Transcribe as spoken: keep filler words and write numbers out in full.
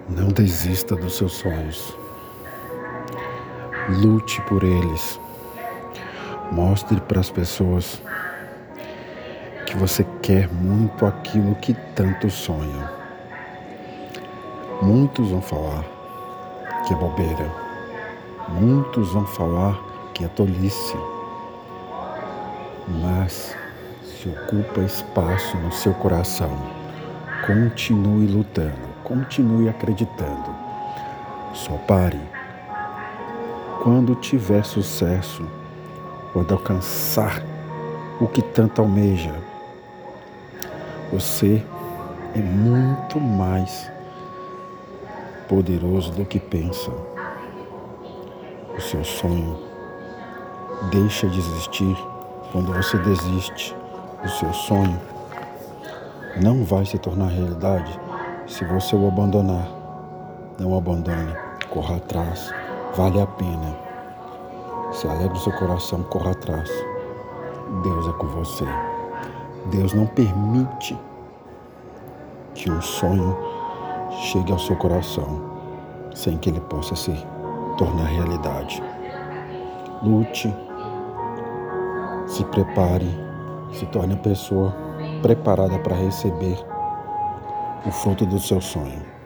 Não desista dos seus sonhos. Lute por eles. Mostre para as pessoas que você quer muito aquilo que tanto sonha. Muitos vão falar que é bobeira. Muitos vão falar que é tolice. Mas se ocupa espaço no seu coração. Continue lutando. Continue acreditando. Só pare quando tiver sucesso, quando alcançar o que tanto almeja. Você é muito mais poderoso do que pensa. O seu sonho deixa de existir quando você desiste. O seu sonho não vai se tornar realidade se você o abandonar. Não abandone, corra atrás, vale a pena. Se alegre o seu coração, corra atrás. Deus é com você. Deus não permite que um sonho chegue ao seu coração sem que ele possa se tornar realidade. Lute, se prepare, se torne a pessoa preparada para receber o fruto do seu sonho.